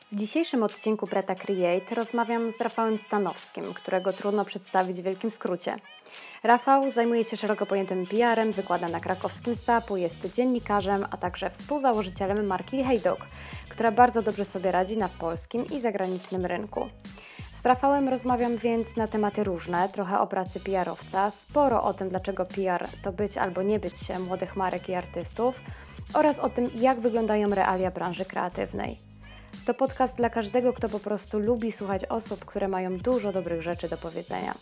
W dzisiejszym odcinku Preta Create rozmawiam z Rafałem Stanowskim, którego trudno przedstawić w wielkim skrócie. Rafał zajmuje się szeroko pojętym PR-em, wykłada na krakowskim STAP-u, jest dziennikarzem, a także współzałożycielem marki HeyDog, która bardzo dobrze sobie radzi na polskim i zagranicznym rynku. Z Rafałem rozmawiam więc na tematy różne, trochę o pracy PR-owca, sporo o tym, dlaczego PR to być albo nie być młodych marek i artystów oraz o tym, jak wyglądają realia branży kreatywnej. To podcast dla każdego, kto po prostu lubi słuchać osób, które mają dużo dobrych rzeczy do powiedzenia.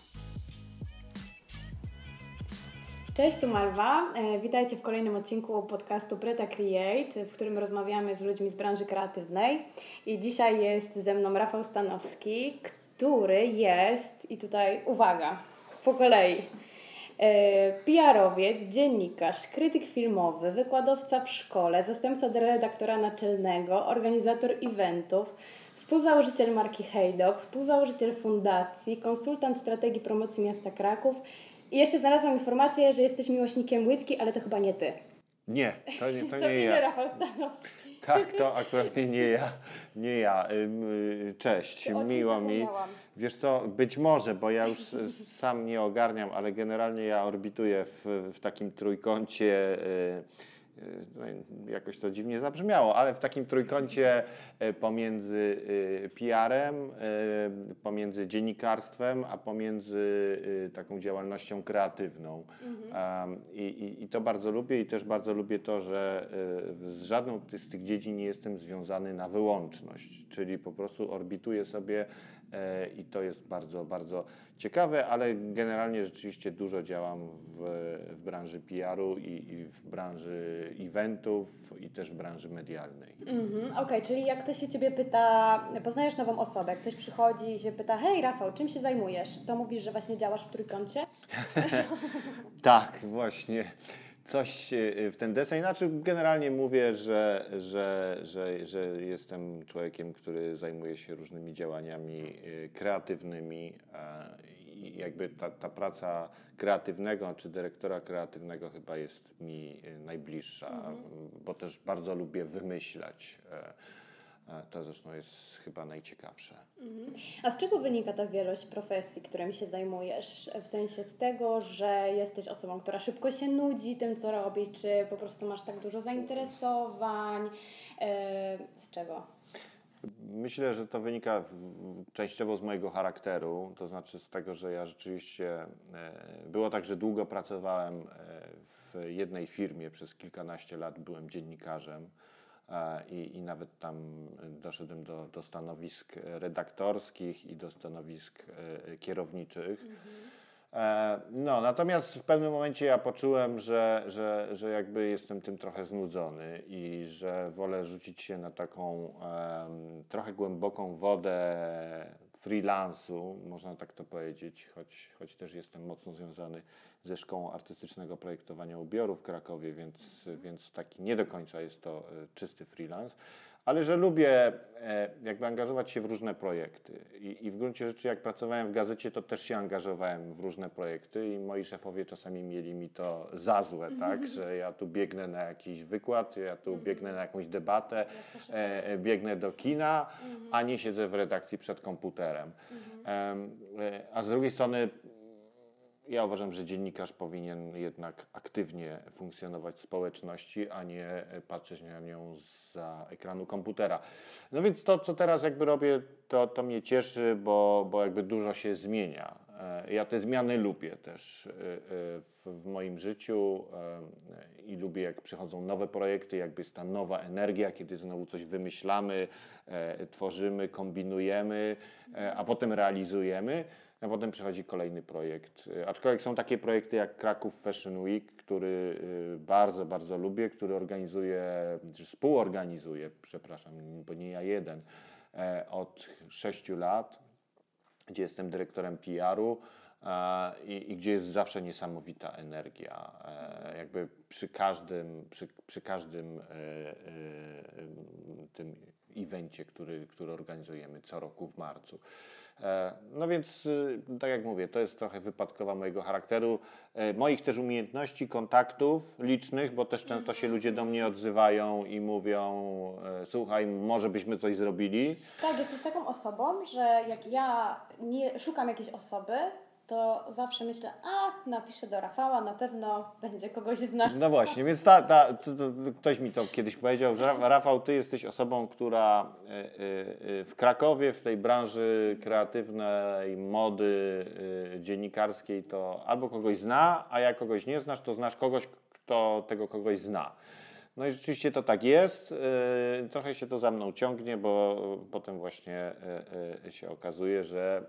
Cześć, tu Malwa. Witajcie w kolejnym odcinku podcastu Preta Create, w którym rozmawiamy z ludźmi z branży kreatywnej. I dzisiaj jest ze mną Rafał Stanowski, który jest, i tutaj uwaga, po kolei, PR-owiec, dziennikarz, krytyk filmowy, wykładowca w szkole, zastępca redaktora naczelnego, organizator eventów, współzałożyciel marki HeyDog, współzałożyciel fundacji, konsultant strategii promocji miasta Kraków. I jeszcze znalazłam informację, że jesteś miłośnikiem whisky, ale to chyba nie ty. Nie, to nie to nie ja. Rafał Stanowski. Tak, to akurat nie ja. Cześć, miło mi. Wiesz co, być może, bo ja już sam nie ogarniam, ale generalnie ja orbituję w takim trójkącie, jakoś to dziwnie zabrzmiało, ale w takim trójkącie pomiędzy PR-em, pomiędzy dziennikarstwem, a pomiędzy taką działalnością kreatywną. I to bardzo lubię i też bardzo lubię to, że z żadną z tych dziedzin nie jestem związany na wyłączność, czyli po prostu orbituję sobie i to jest bardzo, bardzo ciekawe, ale generalnie rzeczywiście dużo działam w branży PR-u i w branży eventów i też w branży medialnej. Okej, czyli jak ktoś się Ciebie pyta, poznajesz nową osobę, jak ktoś przychodzi i się pyta, hej Rafał, czym się zajmujesz? To mówisz, że właśnie działasz w trójkącie? Tak, właśnie. Coś w ten deseń. Znaczy generalnie mówię, że jestem człowiekiem, który zajmuje się różnymi działaniami kreatywnymi i jakby ta praca kreatywnego czy dyrektora kreatywnego chyba jest mi najbliższa, bo też bardzo lubię wymyślać. To zresztą jest chyba najciekawsze. A z czego wynika ta wielość profesji, którymi się zajmujesz? W sensie z tego, że jesteś osobą, która szybko się nudzi tym, co robi, czy po prostu masz tak dużo zainteresowań? Z czego? Myślę, że to wynika częściowo z mojego charakteru, to znaczy z tego, że ja rzeczywiście, było tak, że długo pracowałem w jednej firmie, przez kilkanaście lat byłem dziennikarzem. I nawet tam doszedłem do stanowisk redaktorskich i do stanowisk kierowniczych. No, natomiast w pewnym momencie ja poczułem, że jakby jestem tym trochę znudzony i że wolę rzucić się na taką trochę głęboką wodę freelansu, można tak to powiedzieć, choć też jestem mocno związany ze Szkołą Artystycznego Projektowania Ubioru w Krakowie, więc taki nie do końca jest to czysty freelance, ale że lubię jakby angażować się w różne projekty i w gruncie rzeczy jak pracowałem w gazecie, to też się angażowałem w różne projekty i moi szefowie czasami mieli mi to za złe, tak, że ja tu biegnę na jakiś wykład, ja tu biegnę na jakąś debatę, biegnę do kina, a nie siedzę w redakcji przed komputerem. A z drugiej strony ja uważam, że dziennikarz powinien jednak aktywnie funkcjonować w społeczności, a nie patrzeć na nią zza ekranu komputera. No więc to, co teraz jakby robię, to mnie cieszy, bo jakby dużo się zmienia. Ja te zmiany lubię też w moim życiu i lubię, jak przychodzą nowe projekty, jakby jest ta nowa energia, kiedy znowu coś wymyślamy, tworzymy, kombinujemy, a potem realizujemy. A potem przychodzi kolejny projekt. Aczkolwiek są takie projekty jak Kraków Fashion Week, który bardzo, bardzo lubię, który współorganizuję, bo nie ja jeden, od 6 lat, gdzie jestem dyrektorem PR-u i gdzie jest zawsze niesamowita energia. Jakby przy każdym tym evencie, który organizujemy co roku w marcu. No więc, tak jak mówię, to jest trochę wypadkowa mojego charakteru, moich też umiejętności, kontaktów licznych, bo też często się ludzie do mnie odzywają i mówią, słuchaj, może byśmy coś zrobili. Tak, jesteś taką osobą, że jak ja nie szukam jakiejś osoby, to zawsze myślę, napiszę do Rafała, na pewno będzie kogoś znać. No właśnie, więc ktoś mi to kiedyś powiedział, że Rafał, ty jesteś osobą, która w Krakowie, w tej branży kreatywnej, mody dziennikarskiej, to albo kogoś zna, a jak kogoś nie znasz, to znasz kogoś, kto tego kogoś zna. No i rzeczywiście to tak jest. Trochę się to za mną ciągnie, bo potem właśnie się okazuje, że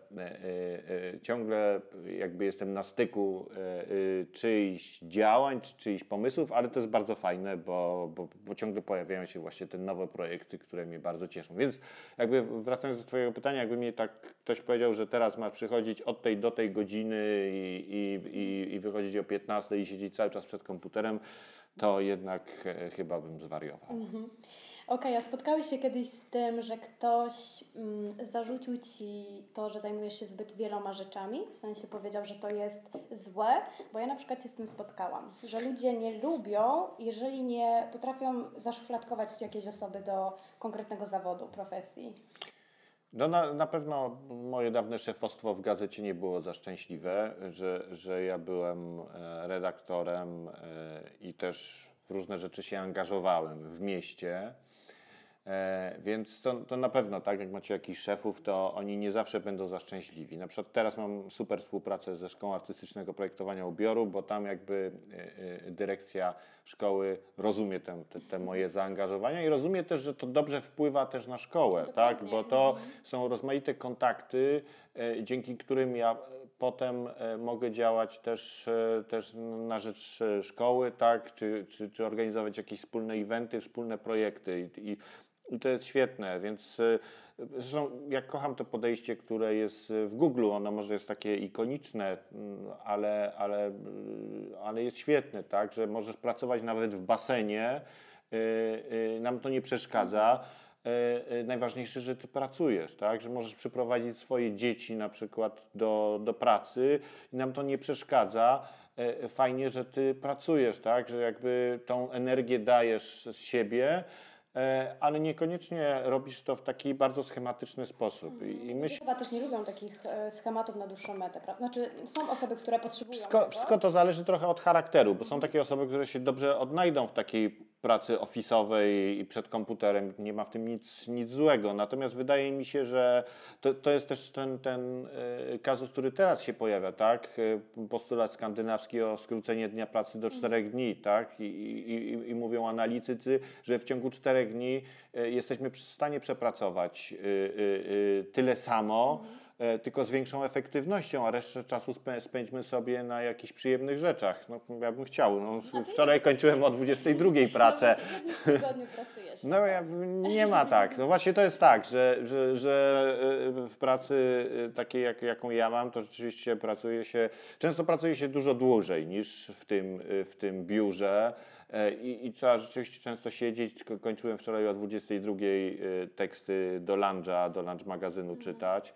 ciągle jakby jestem na styku czyichś działań, czy czyichś pomysłów, ale to jest bardzo fajne, bo ciągle pojawiają się właśnie te nowe projekty, które mnie bardzo cieszą. Więc jakby wracając do twojego pytania, jakby mi tak ktoś powiedział, że teraz ma przychodzić od tej do tej godziny i wychodzić o 15 i siedzieć cały czas przed komputerem, to jednak chyba bym zwariował. Okej, a spotkałeś się kiedyś z tym, że ktoś zarzucił Ci to, że zajmujesz się zbyt wieloma rzeczami? W sensie powiedział, że to jest złe, bo ja na przykład się z tym spotkałam, że ludzie nie lubią, jeżeli nie potrafią zaszufladkować jakiejś osoby do konkretnego zawodu, profesji. No na pewno moje dawne szefostwo w gazecie nie było za szczęśliwe, że ja byłem redaktorem i też w różne rzeczy się angażowałem w mieście. Więc to na pewno, tak, jak macie jakichś szefów, to oni nie zawsze będą za szczęśliwi. Na przykład teraz mam super współpracę ze Szkołą Artystycznego Projektowania Ubioru, bo tam jakby dyrekcja szkoły rozumie te moje zaangażowania i rozumie też, że to dobrze wpływa też na szkołę, tak, bo to są rozmaite kontakty, dzięki którym ja potem mogę działać też na rzecz szkoły, tak, czy organizować jakieś wspólne eventy, wspólne projekty i to jest świetne, więc zresztą ja kocham to podejście, które jest w Google, ono może jest takie ikoniczne, ale jest świetne, tak, że możesz pracować nawet w basenie, nam to nie przeszkadza. Najważniejsze, że ty pracujesz, tak, że możesz przyprowadzić swoje dzieci na przykład do pracy i nam to nie przeszkadza. Fajnie, że ty pracujesz, tak, że jakby tą energię dajesz z siebie, ale niekoniecznie robisz to w taki bardzo schematyczny sposób. Chyba też nie lubią takich schematów na dłuższą metę, prawda? Znaczy są osoby, które potrzebują Wszystko to zależy trochę od charakteru, bo są takie osoby, które się dobrze odnajdą w takiej pracy ofisowej i przed komputerem. Nie ma w tym nic złego. Natomiast wydaje mi się, że to jest też ten kazus, który teraz się pojawia, tak? Postulat skandynawski o skrócenie dnia pracy do 4 dni, tak? I mówią analitycy, że w ciągu 4 dni jesteśmy w stanie przepracować tyle samo, tylko z większą efektywnością, a resztę czasu spędźmy sobie na jakichś przyjemnych rzeczach. No, ja bym chciał. No, wczoraj kończyłem o 22 pracę. No nie ma tak. No właśnie to jest tak, że w pracy takiej, jaką ja mam, to rzeczywiście często pracuje się dużo dłużej niż w tym biurze. I trzeba rzeczywiście często siedzieć. Kończyłem wczoraj o 22 teksty do lunch magazynu czytać.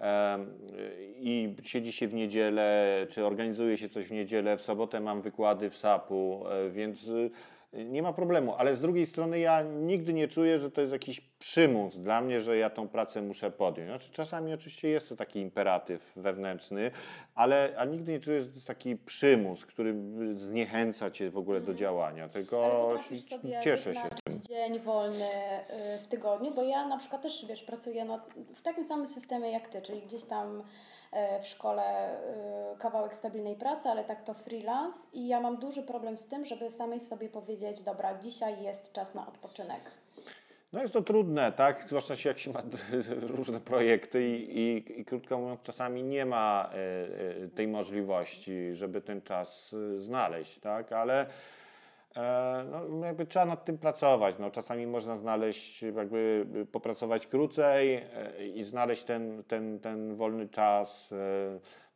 I siedzi się w niedzielę, czy organizuje się coś w niedzielę, w sobotę mam wykłady w SAP-u, więc nie ma problemu, ale z drugiej strony ja nigdy nie czuję, że to jest jakiś przymus dla mnie, że ja tą pracę muszę podjąć. Znaczy, czasami oczywiście jest to taki imperatyw wewnętrzny, ale nigdy nie czuję, że to jest taki przymus, który zniechęca cię w ogóle do działania, tylko cieszę się tym. Dzień wolny w tygodniu, bo ja na przykład też, pracuję w takim samym systemie jak ty, czyli gdzieś tam w szkole kawałek stabilnej pracy, ale tak to freelance i ja mam duży problem z tym, żeby samej sobie powiedzieć, dobra, dzisiaj jest czas na odpoczynek. No jest to trudne, tak? Zwłaszcza jak się ma różne projekty i krótko mówiąc, czasami nie ma tej możliwości, żeby ten czas znaleźć, tak? Ale jakby trzeba nad tym pracować. No, czasami można znaleźć, popracować krócej i znaleźć ten wolny czas.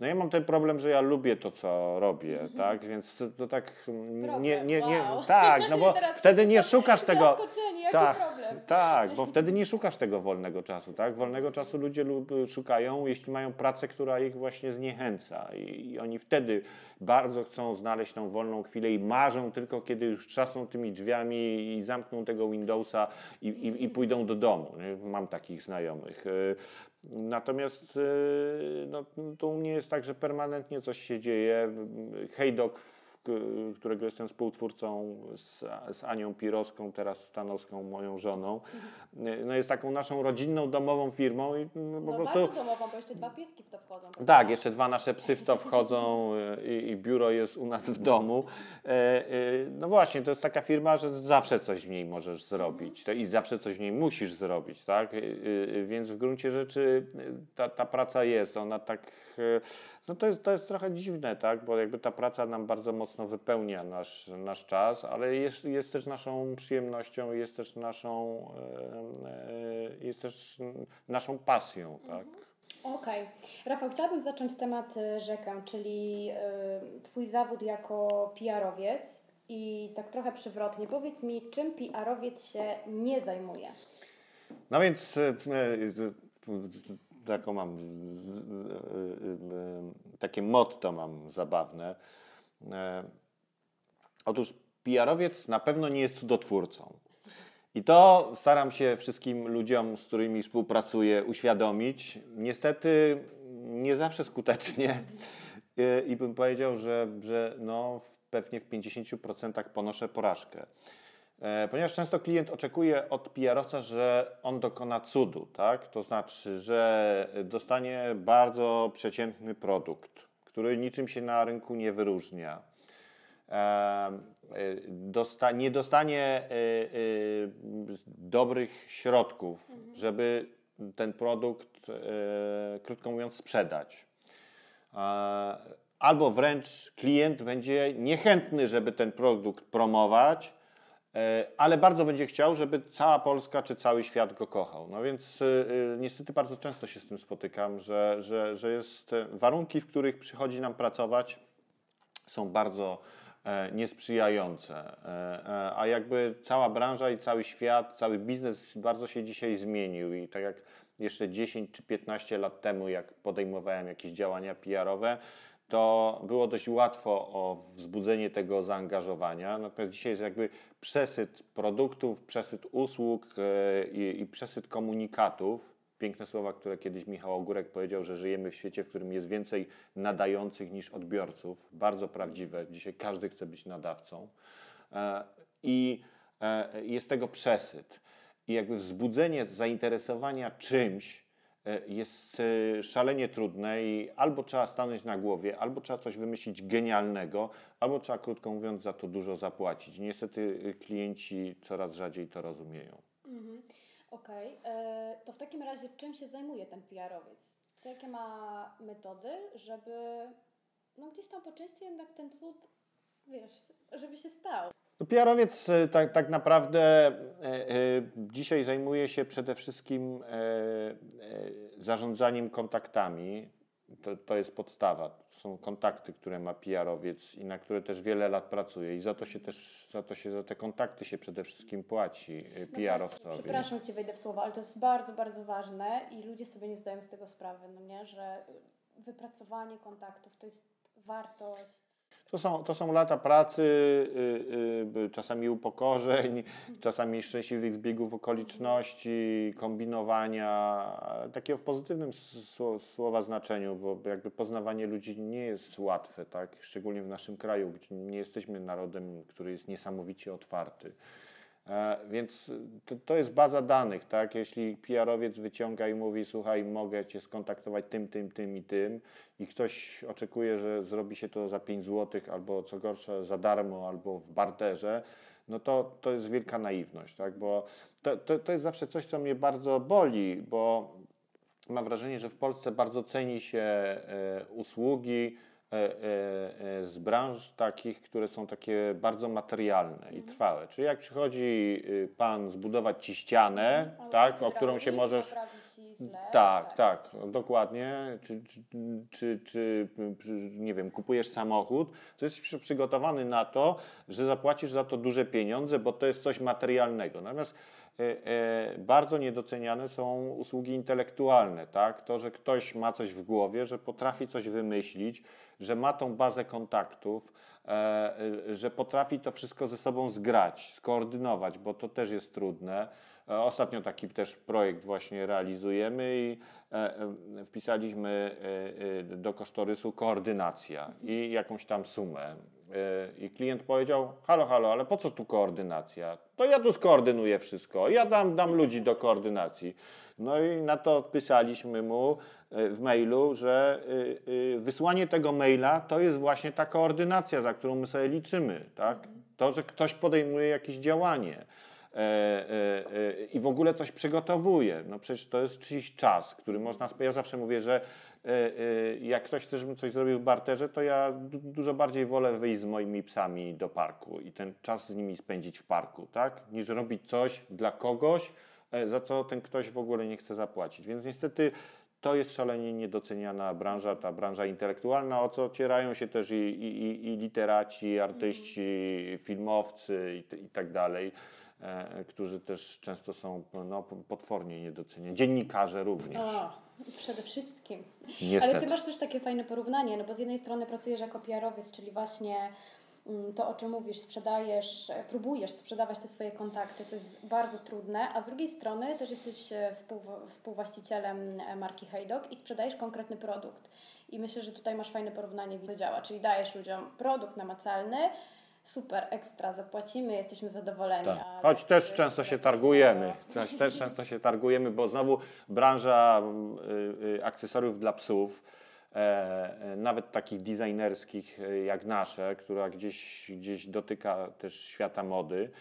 No ja mam ten problem, że ja lubię to, co robię, tak? Więc to tak Wow. tak, no bo Teraz wtedy nie szukasz tego. Zaskoczenie, jaki problem? Tak, bo wtedy nie szukasz tego wolnego czasu, tak? Wolnego czasu ludzie szukają, jeśli mają pracę, która ich właśnie zniechęca i oni wtedy bardzo chcą znaleźć tą wolną chwilę i marzą tylko, kiedy już trzasną tymi drzwiami i zamkną tego Windowsa i pójdą do domu. Nie? Mam takich znajomych. Natomiast no, to u mnie jest tak, że permanentnie coś się dzieje. Hejdok, którego jestem współtwórcą z Anią Pirowską, teraz Stanowską, moją żoną, no jest taką naszą rodzinną, domową firmą. I po prostu bardzo domową, bo jeszcze 2 pieski w to wchodzą. Tak, jeszcze 2 nasze psy w to wchodzą i biuro jest u nas w domu. No właśnie, to jest taka firma, że zawsze coś w niej możesz zrobić i zawsze coś w niej musisz zrobić, tak? Więc w gruncie rzeczy ta praca jest, ona tak... No to jest trochę dziwne, tak? Bo jakby ta praca nam bardzo mocno wypełnia nasz czas, ale jest też naszą przyjemnością, jest też naszą pasją, tak? Okej. Rafał, chciałabym zacząć temat rzekę, czyli Twój zawód jako PR-owiec i tak trochę przewrotnie. Powiedz mi, czym PR-owiec się nie zajmuje? No więc taką mam, takie motto mam zabawne. Otóż PR-owiec na pewno nie jest cudotwórcą. I to staram się wszystkim ludziom, z którymi współpracuję, uświadomić. Niestety nie zawsze skutecznie i bym powiedział, że no, pewnie w 50% ponoszę porażkę. Ponieważ często klient oczekuje od PR-owca, że on dokona cudu, tak? To znaczy, że dostanie bardzo przeciętny produkt, który niczym się na rynku nie wyróżnia. Nie dostanie dobrych środków, żeby ten produkt, krótko mówiąc, sprzedać. Albo wręcz klient będzie niechętny, żeby ten produkt promować, ale bardzo będzie chciał, żeby cała Polska czy cały świat go kochał. No więc niestety bardzo często się z tym spotykam, że jest warunki, w których przychodzi nam pracować, są bardzo niesprzyjające, a jakby cała branża i cały świat, cały biznes bardzo się dzisiaj zmienił i tak jak jeszcze 10 czy 15 lat temu, jak podejmowałem jakieś działania PR-owe, to było dość łatwo o wzbudzenie tego zaangażowania. Natomiast dzisiaj jest jakby przesyt produktów, przesyt usług i przesyt komunikatów. Piękne słowa, które kiedyś Michał Ogórek powiedział, że żyjemy w świecie, w którym jest więcej nadających niż odbiorców. Bardzo prawdziwe. Dzisiaj każdy chce być nadawcą. I jest tego przesyt. I jakby wzbudzenie zainteresowania czymś jest szalenie trudne i albo trzeba stanąć na głowie, albo trzeba coś wymyślić genialnego, albo trzeba, krótko mówiąc, za to dużo zapłacić. Niestety klienci coraz rzadziej to rozumieją. Okej. To w takim razie czym się zajmuje ten PR-owiec? Jakie ma metody, żeby gdzieś tam po części jednak ten cud, żeby się stał? No, PR-owiec tak naprawdę dzisiaj zajmuje się przede wszystkim zarządzaniem kontaktami. To jest podstawa. Są kontakty, które ma PR-owiec i na które też wiele lat pracuje i za te kontakty się przede wszystkim płaci PR-owcowi. Przepraszam Cię, wejdę w słowo, ale to jest bardzo, bardzo ważne i ludzie sobie nie zdają z tego sprawy, no nie? Że wypracowanie kontaktów to jest wartość. To są lata pracy, czasami upokorzeń, czasami szczęśliwych zbiegów okoliczności, kombinowania, takiego w pozytywnym słowa znaczeniu, bo jakby poznawanie ludzi nie jest łatwe, tak? Szczególnie w naszym kraju, gdzie nie jesteśmy narodem, który jest niesamowicie otwarty. Więc to jest baza danych, tak? Jeśli PR-owiec wyciąga i mówi, słuchaj, mogę Cię skontaktować tym i tym i ktoś oczekuje, że zrobi się to za 5 zł albo co gorsza za darmo albo w barterze, no to jest wielka naiwność, tak? Bo to jest zawsze coś, co mnie bardzo boli, bo mam wrażenie, że w Polsce bardzo ceni się usługi z branż takich, które są takie bardzo materialne i trwałe. Czyli jak przychodzi pan zbudować ci ścianę, tak, o którą się możesz... Tak, dokładnie. Czy nie wiem, kupujesz samochód, to jesteś przygotowany na to, że zapłacisz za to duże pieniądze, bo to jest coś materialnego. Natomiast bardzo niedoceniane są usługi intelektualne, tak? To, że ktoś ma coś w głowie, że potrafi coś wymyślić, że ma tą bazę kontaktów, że potrafi to wszystko ze sobą zgrać, skoordynować, bo to też jest trudne. Ostatnio taki też projekt właśnie realizujemy i wpisaliśmy do kosztorysu koordynacja i jakąś tam sumę. I klient powiedział, halo, ale po co tu koordynacja? To ja tu skoordynuję wszystko, ja dam ludzi do koordynacji. No i na to odpisaliśmy mu w mailu, że wysłanie tego maila to jest właśnie ta koordynacja, za którą my sobie liczymy. Tak? To, że ktoś podejmuje jakieś działanie i w ogóle coś przygotowuje. No przecież to jest czyjś czas, który można... Ja zawsze mówię, że jak ktoś chce, żebym coś zrobił w barterze, to ja dużo bardziej wolę wyjść z moimi psami do parku i ten czas z nimi spędzić w parku, tak? Niż robić coś dla kogoś, za co ten ktoś w ogóle nie chce zapłacić. Więc niestety to jest szalenie niedoceniana branża, ta branża intelektualna, o co ocierają się też i literaci, artyści, filmowcy i tak dalej, którzy też często są potwornie niedoceniani. Dziennikarze również. Przede wszystkim. Niestety. Ale ty masz też takie fajne porównanie, no bo z jednej strony pracujesz jako PR-owiec, czyli właśnie to, o czym mówisz, sprzedajesz, próbujesz sprzedawać te swoje kontakty, co jest bardzo trudne, a z drugiej strony też jesteś współwłaścicielem marki Hejdog i sprzedajesz konkretny produkt. I myślę, że tutaj masz fajne porównanie, jak to działa, czyli dajesz ludziom produkt namacalny, super, ekstra, zapłacimy, jesteśmy zadowoleni. Tak. Choć też często się targujemy, bo znowu branża akcesoriów dla psów, nawet takich designerskich jak nasze, która gdzieś dotyka też świata mody,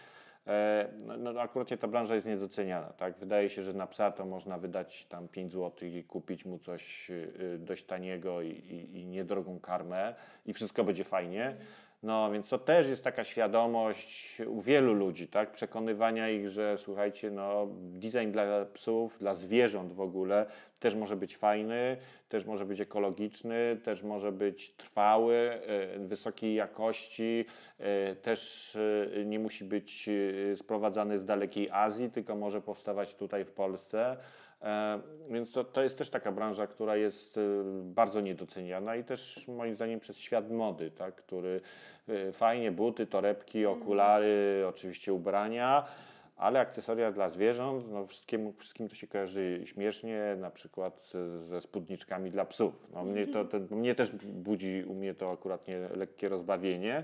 no akurat ta branża jest niedoceniana. Tak? Wydaje się, że na psa to można wydać tam 5 zł i kupić mu coś dość taniego i niedrogą karmę i wszystko będzie fajnie. No więc to też jest taka świadomość u wielu ludzi, tak? Przekonywania ich, że słuchajcie, no design dla psów, dla zwierząt w ogóle też może być fajny, też może być ekologiczny, też może być trwały, wysokiej jakości, też nie musi być sprowadzany z dalekiej Azji, tylko może powstawać tutaj w Polsce. Więc to jest też taka branża, która jest bardzo niedoceniana i też moim zdaniem przez świat mody, tak, który fajnie buty, torebki, okulary, oczywiście ubrania, ale akcesoria dla zwierząt, no wszystkim to się kojarzy śmiesznie, na przykład ze spódniczkami dla psów. No mnie też budzi u mnie to akurat lekkie rozbawienie.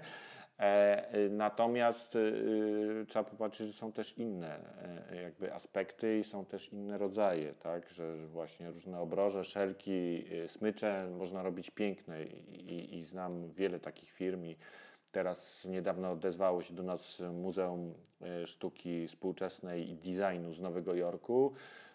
Natomiast trzeba popatrzeć, że są też inne jakby aspekty i są też inne rodzaje, tak? Że właśnie różne obroże, szelki, smycze można robić piękne i znam wiele takich firm i teraz niedawno odezwało się do nas Muzeum Sztuki Współczesnej i Designu z Nowego Jorku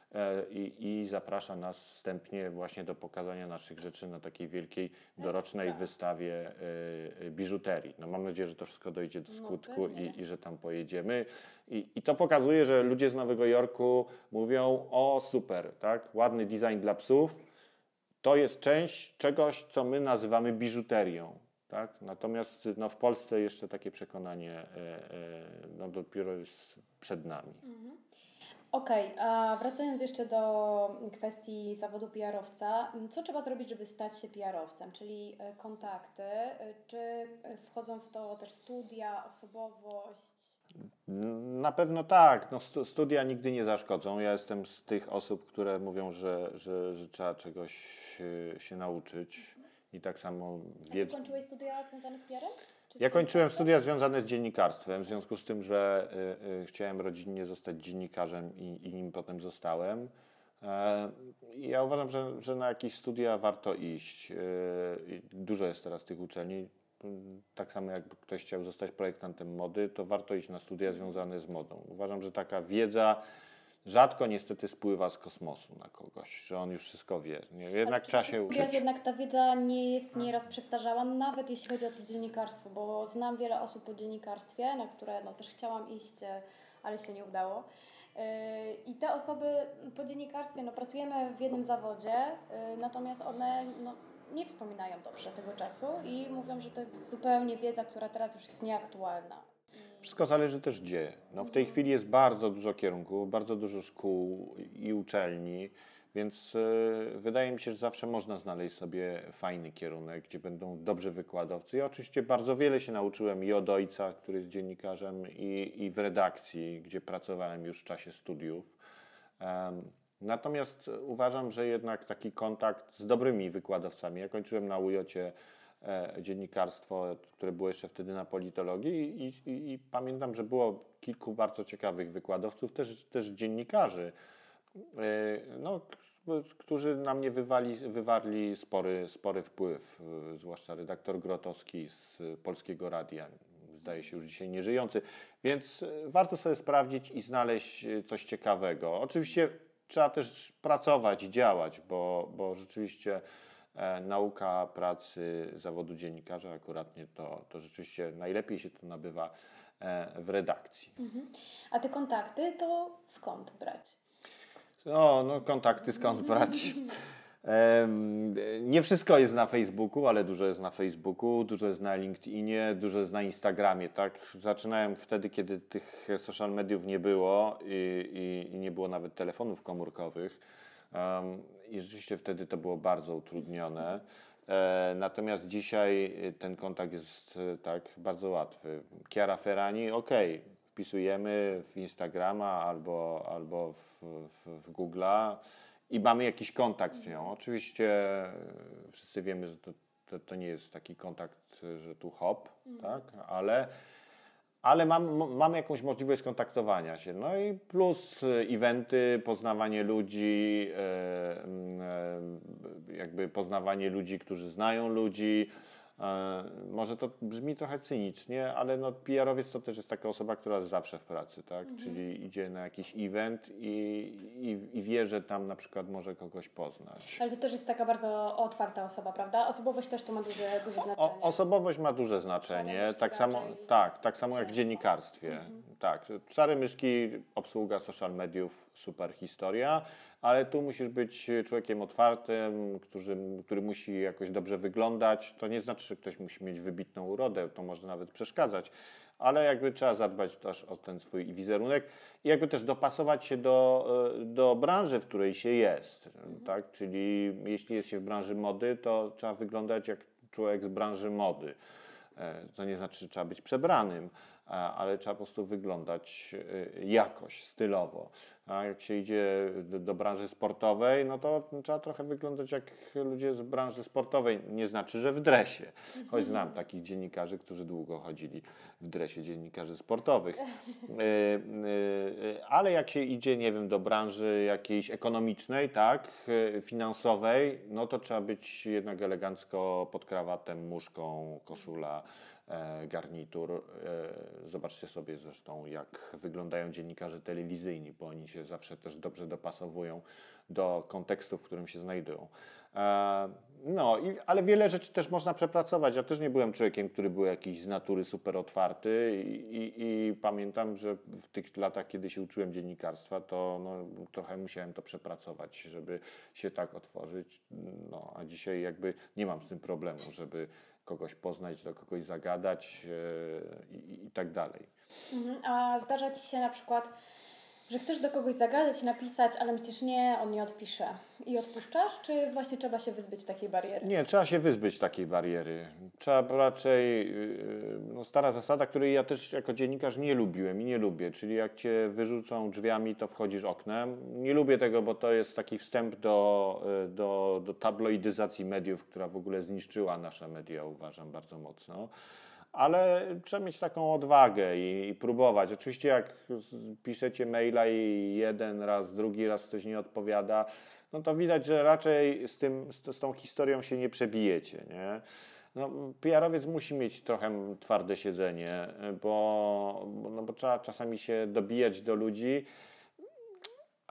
i zaprasza nas wstępnie właśnie do pokazania naszych rzeczy na takiej wielkiej dorocznej wystawie biżuterii. No mam nadzieję, że to wszystko dojdzie do skutku i że tam pojedziemy. I to pokazuje, że ludzie z Nowego Jorku mówią, o super, tak? Ładny design dla psów, to jest część czegoś, co my nazywamy biżuterią. Tak? Natomiast w Polsce jeszcze takie przekonanie dopiero jest przed nami. Okej, a wracając jeszcze do kwestii zawodu PR-owca, co trzeba zrobić, żeby stać się PR-owcem, czyli kontakty, czy wchodzą w to też studia, osobowość? Na pewno tak, studia nigdy nie zaszkodzą. Ja jestem z tych osób, które mówią, że trzeba czegoś się nauczyć i tak samo Ty kończyłeś studia związane z PR-em? Ja kończyłem studia związane z dziennikarstwem, w związku z tym, że chciałem rodzinnie zostać dziennikarzem i nim potem zostałem. Ja uważam, że na jakieś studia warto iść. Dużo jest teraz tych uczelni. Tak samo jakby ktoś chciał zostać projektantem mody, to warto iść na studia związane z modą. Uważam, że taka wiedza rzadko niestety spływa z kosmosu na kogoś, że on już wszystko wie. Nie? Jednak trzeba się uczyć. Jednak ta wiedza nie jest nieraz przestarzała, nawet jeśli chodzi o to dziennikarstwo, bo znam wiele osób po dziennikarstwie, na które też chciałam iść, ale się nie udało. I te osoby po dziennikarstwie, pracujemy w jednym zawodzie, natomiast one nie wspominają dobrze tego czasu i mówią, że to jest zupełnie wiedza, która teraz już jest nieaktualna. Wszystko zależy też gdzie. W tej chwili jest bardzo dużo kierunków, bardzo dużo szkół i uczelni, więc wydaje mi się, że zawsze można znaleźć sobie fajny kierunek, gdzie będą dobrzy wykładowcy. Ja oczywiście bardzo wiele się nauczyłem i od ojca, który jest dziennikarzem, i w redakcji, gdzie pracowałem już w czasie studiów. Natomiast uważam, że jednak taki kontakt z dobrymi wykładowcami. Ja kończyłem na UJ-cie dziennikarstwo, które było jeszcze wtedy na politologii i pamiętam, że było kilku bardzo ciekawych wykładowców, też dziennikarzy, którzy na mnie wywarli spory wpływ, zwłaszcza redaktor Grotowski z Polskiego Radia, zdaje się już dzisiaj nieżyjący, więc warto sobie sprawdzić i znaleźć coś ciekawego. Oczywiście trzeba też pracować, działać, bo rzeczywiście nauka pracy zawodu dziennikarza akuratnie to rzeczywiście najlepiej się to nabywa w redakcji. A te kontakty to skąd brać? Kontakty skąd brać? Nie wszystko jest na Facebooku, ale dużo jest na Facebooku, dużo jest na LinkedInie, dużo jest na Instagramie. Tak? Zaczynałem wtedy, kiedy tych social mediów nie było i nie było nawet telefonów komórkowych. I rzeczywiście wtedy to było bardzo utrudnione. Natomiast dzisiaj ten kontakt jest tak bardzo łatwy. Chiara Ferrani, wpisujemy w Instagrama albo w Google'a i mamy jakiś kontakt z nią. Oczywiście wszyscy wiemy, że to nie jest taki kontakt, że tu hop, tak? Ale mam jakąś możliwość skontaktowania się. No i plus eventy, poznawanie ludzi, jakby poznawanie ludzi, którzy znają ludzi. Może to brzmi trochę cynicznie, ale PR-owiec to też jest taka osoba, która jest zawsze w pracy, tak? Czyli idzie na jakiś event i wie, że tam na przykład może kogoś poznać. Ale to też jest taka bardzo otwarta osoba, prawda? Osobowość też to ma duże znaczenie. Osobowość ma duże znaczenie, tak samo jak w dziennikarstwie. Tak, czary myszki, obsługa social mediów, super historia, ale tu musisz być człowiekiem otwartym, który musi jakoś dobrze wyglądać. To nie znaczy, że ktoś musi mieć wybitną urodę, to może nawet przeszkadzać, ale jakby trzeba zadbać też o ten swój wizerunek i jakby też dopasować się do branży, w której się jest. Tak? Czyli jeśli jest się w branży mody, to trzeba wyglądać jak człowiek z branży mody. To nie znaczy, że trzeba być przebranym, ale trzeba po prostu wyglądać jakoś, stylowo. A jak się idzie do branży sportowej, to trzeba trochę wyglądać jak ludzie z branży sportowej. Nie znaczy, że w dresie. Choć znam takich dziennikarzy, którzy długo chodzili w dresie, dziennikarzy sportowych. Ale jak się idzie, nie wiem, do branży jakiejś ekonomicznej, tak, finansowej, to trzeba być jednak elegancko pod krawatem, muszką, koszula, garnitur. Zobaczcie sobie zresztą, jak wyglądają dziennikarze telewizyjni, bo oni się zawsze też dobrze dopasowują do kontekstu, w którym się znajdują. Ale wiele rzeczy też można przepracować. Ja też nie byłem człowiekiem, który był jakiś z natury super otwarty i pamiętam, że w tych latach, kiedy się uczyłem dziennikarstwa, to trochę musiałem to przepracować, żeby się tak otworzyć. A dzisiaj jakby nie mam z tym problemu, żeby kogoś poznać, do kogoś zagadać i tak dalej. A zdarza Ci się na przykład, że chcesz do kogoś zagadać, napisać, ale myślisz, nie, on nie odpisze i odpuszczasz, czy właśnie trzeba się wyzbyć takiej bariery? Nie, trzeba się wyzbyć takiej bariery. Trzeba raczej, stara zasada, której ja też jako dziennikarz nie lubiłem i nie lubię, czyli jak Cię wyrzucą drzwiami, to wchodzisz oknem. Nie lubię tego, bo to jest taki wstęp do tabloidyzacji mediów, która w ogóle zniszczyła nasze media, uważam, bardzo mocno. Ale trzeba mieć taką odwagę i próbować. Oczywiście jak piszecie maila i jeden raz, drugi raz ktoś nie odpowiada, to widać, że raczej z tą historią się nie przebijecie, nie? PR-owiec musi mieć trochę twarde siedzenie, bo trzeba czasami się dobijać do ludzi.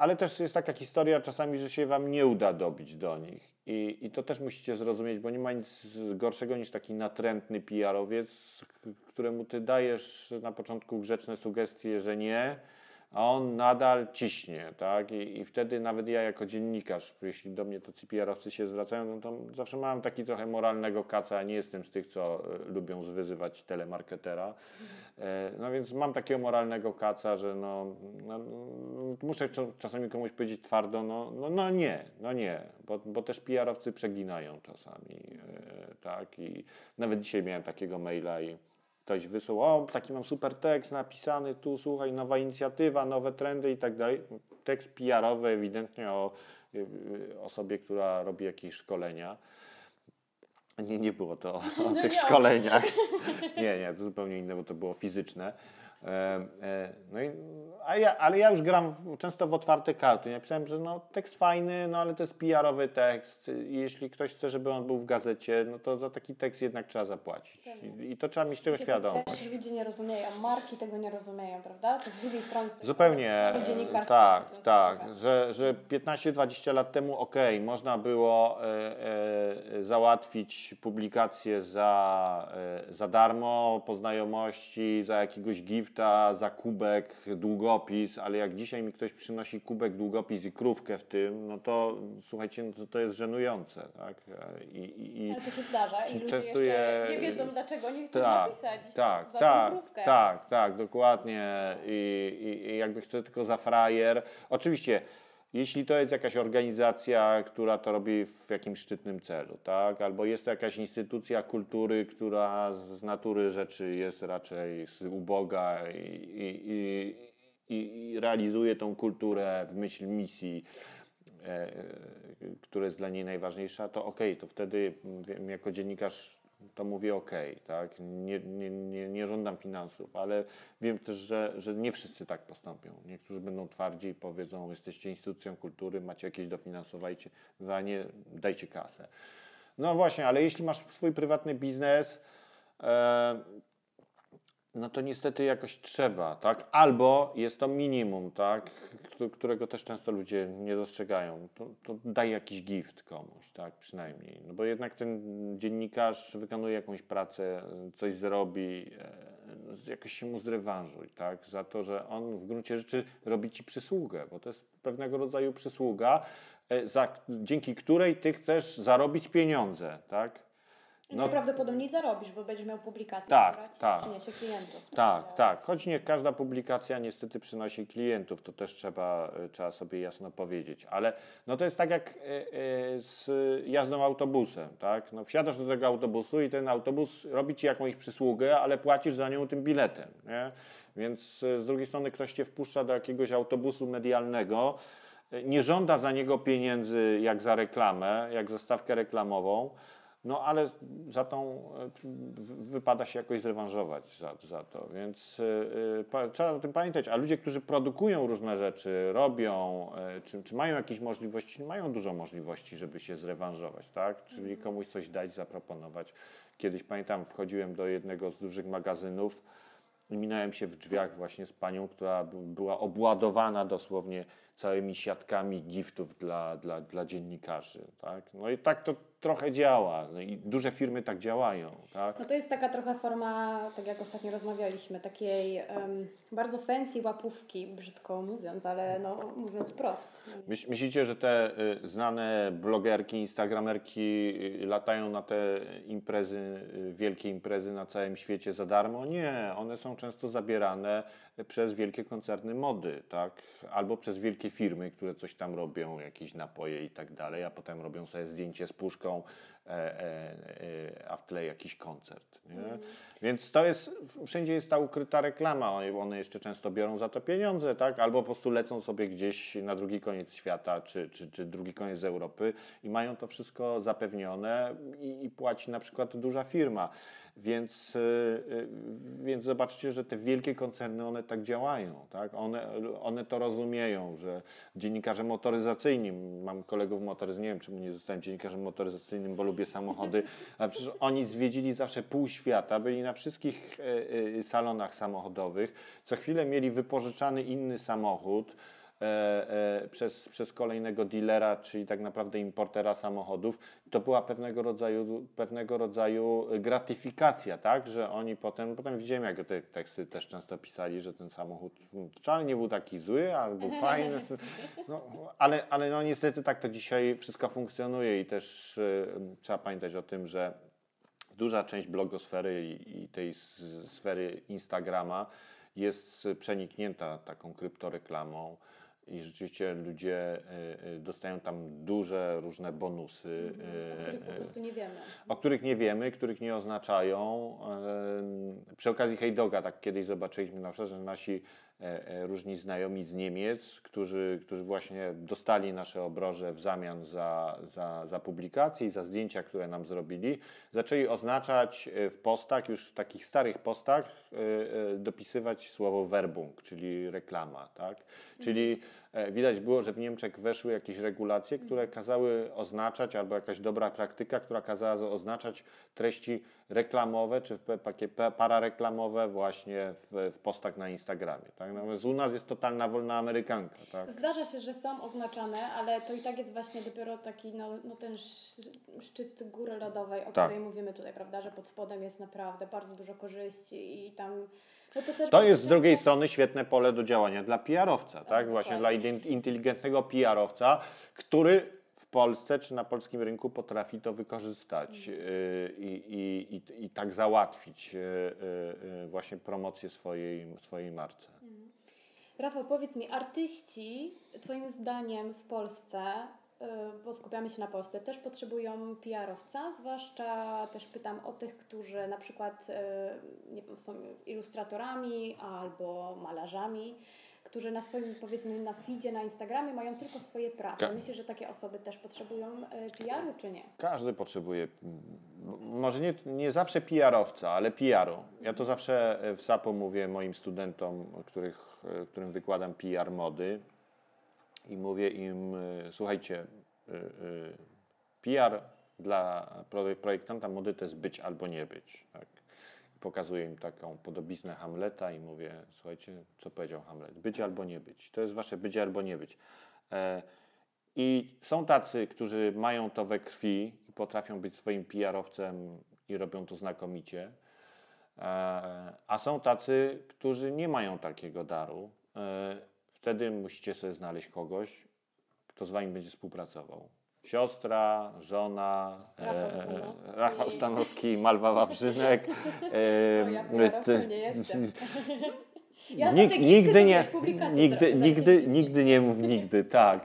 ale też jest taka historia czasami, że się wam nie uda dobić do nich. I to też musicie zrozumieć, bo nie ma nic gorszego niż taki natrętny PR-owiec, któremu ty dajesz na początku grzeczne sugestie, że nie, a on nadal ciśnie, tak? I wtedy nawet ja jako dziennikarz, jeśli do mnie tacy PR-owcy się zwracają, no to zawsze mam taki trochę moralnego kaca, a nie jestem z tych, co lubią zwyzywać telemarketera. No więc mam takiego moralnego kaca, że muszę czasami komuś powiedzieć twardo, nie, bo też PR-owcy przeginają czasami, tak? I nawet dzisiaj miałem takiego maila i ktoś wysłał, taki mam super tekst napisany, tu słuchaj, nowa inicjatywa, nowe trendy i tak dalej. Tekst PR-owy ewidentnie o osobie, która robi jakieś szkolenia. Nie było to o tych szkoleniach. Nie, to zupełnie inne, bo to było fizyczne. Ale ja już gram często w otwarte karty. Ja pisałem, że tekst fajny, ale to jest PR-owy tekst. I jeśli ktoś chce, żeby on był w gazecie, no to za taki tekst jednak trzeba zapłacić. I to trzeba mieć tego świadomość. Też ludzie nie rozumieją, marki tego nie rozumieją, prawda? To z drugiej strony zupełnie, tak, że 15-20 lat temu można było załatwić publikację za darmo, po znajomości, za jakiegoś gifta, za kubek, długopis, ale jak dzisiaj mi ktoś przynosi kubek, długopis i krówkę w tym, no to słuchajcie, to jest żenujące, tak? Ale to się zdarza i ludzie często jeszcze nie wiedzą, dlaczego nie chcą napisać za tą krówkę. Tak, dokładnie. I jakby chcę tylko za frajer. Oczywiście, jeśli to jest jakaś organizacja, która to robi w jakimś szczytnym celu, tak? Albo jest to jakaś instytucja kultury, która z natury rzeczy jest raczej uboga i realizuje tą kulturę w myśl misji, która jest dla niej najważniejsza, to to wtedy jako dziennikarz to mówię tak? Nie żądam finansów, ale wiem też, że nie wszyscy tak postąpią. Niektórzy będą twardzi i powiedzą, jesteście instytucją kultury, macie jakieś dofinansowanie, dajcie kasę. No właśnie, ale jeśli masz swój prywatny biznes, no to niestety jakoś trzeba, tak? Albo jest to minimum, tak? Którego też często ludzie nie dostrzegają. To daj jakiś gift komuś, tak? Przynajmniej. No bo jednak ten dziennikarz wykonuje jakąś pracę, coś zrobi, jakoś się mu zrewanżuj, tak? Za to, że on w gruncie rzeczy robi ci przysługę, bo to jest pewnego rodzaju przysługa, dzięki której ty chcesz zarobić pieniądze, tak? Najprawdopodobniej zarobisz, bo będziesz miał publikację, która ci przyniesie klientów. Tak. Choć nie każda publikacja niestety przynosi klientów, to też trzeba sobie jasno powiedzieć. Ale to jest tak jak z jazdą autobusem, tak? Wsiadasz do tego autobusu i ten autobus robi ci jakąś przysługę, ale płacisz za nią tym biletem, nie? Więc z drugiej strony ktoś cię wpuszcza do jakiegoś autobusu medialnego, nie żąda za niego pieniędzy jak za reklamę, jak za stawkę reklamową, ale za tą wypada się jakoś zrewanżować za to, więc trzeba o tym pamiętać. A ludzie, którzy produkują różne rzeczy, robią, czy mają jakieś możliwości, mają dużo możliwości, żeby się zrewanżować, tak? Czyli komuś coś dać, zaproponować. Kiedyś pamiętam, wchodziłem do jednego z dużych magazynów i minąłem się w drzwiach właśnie z panią, która była obładowana dosłownie całymi siatkami giftów dla dziennikarzy, tak? I tak to trochę działa. I duże firmy tak działają, tak? To jest taka trochę forma, tak jak ostatnio rozmawialiśmy, takiej bardzo fancy łapówki, brzydko mówiąc, ale mówiąc prost. Myślicie, że te znane blogerki, instagramerki latają na te imprezy, wielkie imprezy na całym świecie za darmo? Nie, one są często zabierane przez wielkie koncerny mody, tak? Albo przez wielkie firmy, które coś tam robią, jakieś napoje i tak dalej, a potem robią sobie zdjęcie z puszką, a w tle jakiś koncert. Nie? Więc to jest, wszędzie jest ta ukryta reklama, one jeszcze często biorą za to pieniądze, tak? Albo po prostu lecą sobie gdzieś na drugi koniec świata, czy drugi koniec Europy i mają to wszystko zapewnione i płaci na przykład duża firma. Więc zobaczcie, że te wielkie koncerny, one tak działają, tak? One to rozumieją, że dziennikarze motoryzacyjni, mam kolegów motoryzacyjnych, nie wiem czemu nie zostałem dziennikarzem motoryzacyjnym, bo lubię samochody, ale przecież oni zwiedzili zawsze pół świata, byli na wszystkich salonach samochodowych, co chwilę mieli wypożyczany inny samochód, przez kolejnego dealera, czyli tak naprawdę importera samochodów, to była pewnego rodzaju gratyfikacja, tak, że oni potem widziałem, jak te teksty też często pisali, że ten samochód wcale nie był taki zły, a był fajny, no, ale no niestety tak to dzisiaj wszystko funkcjonuje i też trzeba pamiętać o tym, że duża część blogosfery i tej sfery Instagrama jest przeniknięta taką kryptoreklamą i rzeczywiście ludzie dostają tam duże różne bonusy, O których po prostu nie wiemy. o których nie wiemy, których nie oznaczają. Przy okazji HeyDoga tak kiedyś zobaczyliśmy na przykład, że nasi różni znajomi z Niemiec, którzy właśnie dostali nasze obroże w zamian za publikacje i za zdjęcia, które nam zrobili, zaczęli oznaczać w postach, już w takich starych postach, dopisywać słowo Werbung, czyli reklama. Tak? Czyli widać było, że w Niemczech weszły jakieś regulacje, które kazały oznaczać, albo jakaś dobra praktyka, która kazała oznaczać treści reklamowe, czy takie parareklamowe właśnie w postach na Instagramie. Tak? Natomiast u nas jest totalna wolna amerykanka. Tak? Zdarza się, że są oznaczane, ale to i tak jest właśnie dopiero taki ten szczyt góry lodowej, o której mówimy tutaj, prawda, że pod spodem jest naprawdę bardzo dużo korzyści i tam... No to jest z drugiej strony świetne pole do działania dla PR-owca, tak? Właśnie dla inteligentnego PR-owca, który w Polsce czy na polskim rynku potrafi to wykorzystać i tak załatwić właśnie promocję swojej marce. Rafał, powiedz mi, artyści twoim zdaniem w Polsce, bo skupiamy się na Polsce, też potrzebują PR-owca, zwłaszcza też pytam o tych, którzy na przykład nie wiem, są ilustratorami albo malarzami, którzy na swoim, powiedzmy, na feedzie, na Instagramie mają tylko swoje prace. Myślisz, że takie osoby też potrzebują PR-u, czy nie? Każdy potrzebuje, może nie zawsze PR-owca, ale PR-u. Ja to zawsze w SAPO mówię moim studentom, którym wykładam PR mody i mówię im, słuchajcie, PR dla projektanta mody to jest być albo nie być. Tak? Pokazuję im taką podobiznę Hamleta i mówię, słuchajcie, co powiedział Hamlet, być albo nie być. To jest wasze być albo nie być. I są tacy, którzy mają to we krwi i potrafią być swoim PR-owcem i robią to znakomicie. A są tacy, którzy nie mają takiego daru. Wtedy musicie sobie znaleźć kogoś, kto z wami będzie współpracował. Siostra, żona, Rafał Stanowski, Malwa Wawrzynek. Ja PR-owcem nie jestem. Ja nigdy nie mów nigdy, tak.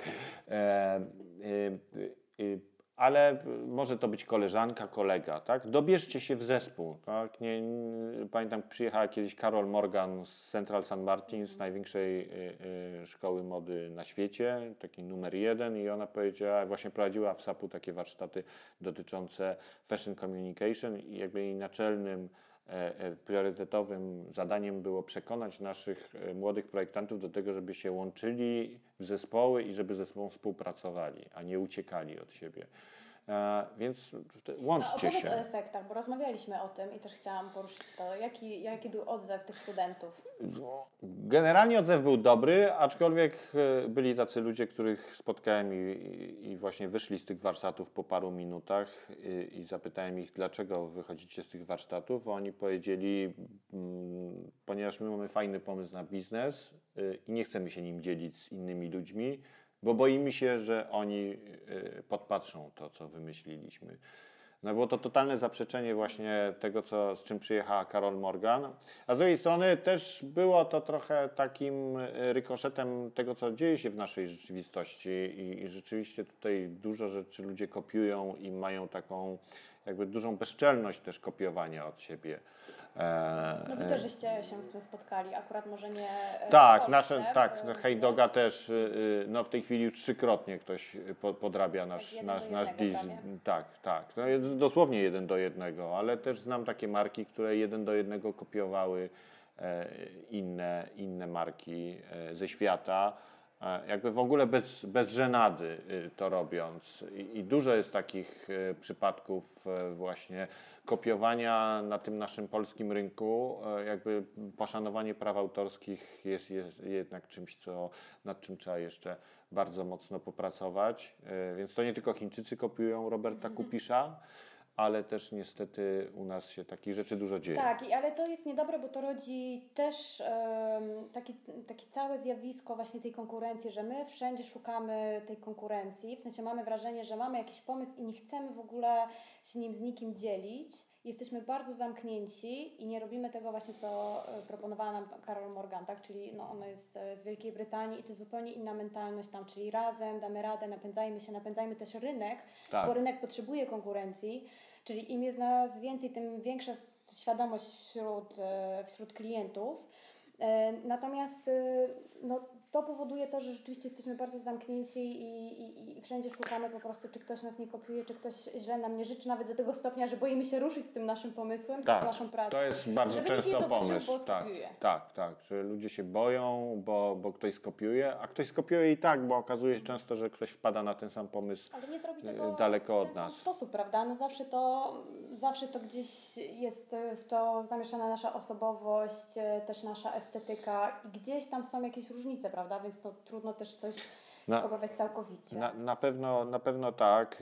Ale może to być koleżanka, kolega, tak? Dobierzcie się w zespół, tak? Pamiętam, przyjechała kiedyś Carol Morgan z Central St. Martin, z największej szkoły mody na świecie, taki numer 1 i ona powiedziała, właśnie prowadziła w SAP-u takie warsztaty dotyczące fashion communication i jakby jej naczelnym priorytetowym zadaniem było przekonać naszych młodych projektantów do tego, żeby się łączyli w zespoły i żeby ze sobą współpracowali, a nie uciekali od siebie. Więc łączcie się. O efektach, bo rozmawialiśmy o tym i też chciałam poruszyć to. Jaki był odzew tych studentów? Generalnie odzew był dobry, aczkolwiek byli tacy ludzie, których spotkałem i właśnie wyszli z tych warsztatów po paru minutach i zapytałem ich, dlaczego wychodzicie z tych warsztatów. Oni powiedzieli, ponieważ my mamy fajny pomysł na biznes i nie chcemy się nim dzielić z innymi ludźmi, bo boimy się, że oni podpatrzą to, co wymyśliliśmy. No było to totalne zaprzeczenie właśnie tego, z czym przyjechała Carol Morgan. A z drugiej strony też było to trochę takim rykoszetem tego, co dzieje się w naszej rzeczywistości i rzeczywiście tutaj dużo rzeczy ludzie kopiują i mają taką jakby dużą bezczelność też kopiowania od siebie. No wy też żeście się z tym spotkali, akurat może nie tak, HeyDoga też, no w tej chwili już 3-krotnie ktoś podrabia nasz design. Tak. No jest dosłownie 1 do 1, ale też znam takie marki, które 1 do 1 kopiowały inne marki ze świata. jakby w ogóle bez żenady to robiąc. I dużo jest takich przypadków właśnie kopiowania na tym naszym polskim rynku. Jakby poszanowanie praw autorskich jest jednak czymś, nad czym trzeba jeszcze bardzo mocno popracować. Więc to nie tylko Chińczycy kopiują Roberta Kupisza, ale też niestety u nas się takich rzeczy dużo dzieje. Tak, ale to jest niedobre, bo to rodzi też takie całe zjawisko właśnie tej konkurencji, że my wszędzie szukamy tej konkurencji, w sensie mamy wrażenie, że mamy jakiś pomysł i nie chcemy w ogóle się nim z nikim dzielić. Jesteśmy bardzo zamknięci i nie robimy tego właśnie, co proponowała nam Carol Morgan, tak? Czyli no, ona jest z Wielkiej Brytanii i to jest zupełnie inna mentalność tam, czyli razem damy radę, napędzajmy też rynek, Tak. bo rynek potrzebuje konkurencji, czyli im jest nas więcej, tym większa świadomość wśród klientów. Natomiast no, to powoduje to, że rzeczywiście jesteśmy bardzo zamknięci i wszędzie szukamy po prostu, czy ktoś nas nie kopiuje, czy ktoś źle nam nie życzy, nawet do tego stopnia, że boimy się ruszyć z tym naszym pomysłem, z naszą pracą. To jest bardzo często pomysł. Tak, że ludzie się boją, bo ktoś skopiuje, a ktoś skopiuje i tak, bo okazuje się często, że ktoś wpada na ten sam pomysł ale nie zrobi tego daleko od w ten nas. sam sposób, prawda? No zawsze to gdzieś jest w to zamieszana nasza osobowość, też nasza estetyka i gdzieś tam są jakieś różnice, prawda? Więc to trudno też coś skopiować całkowicie. Na pewno tak.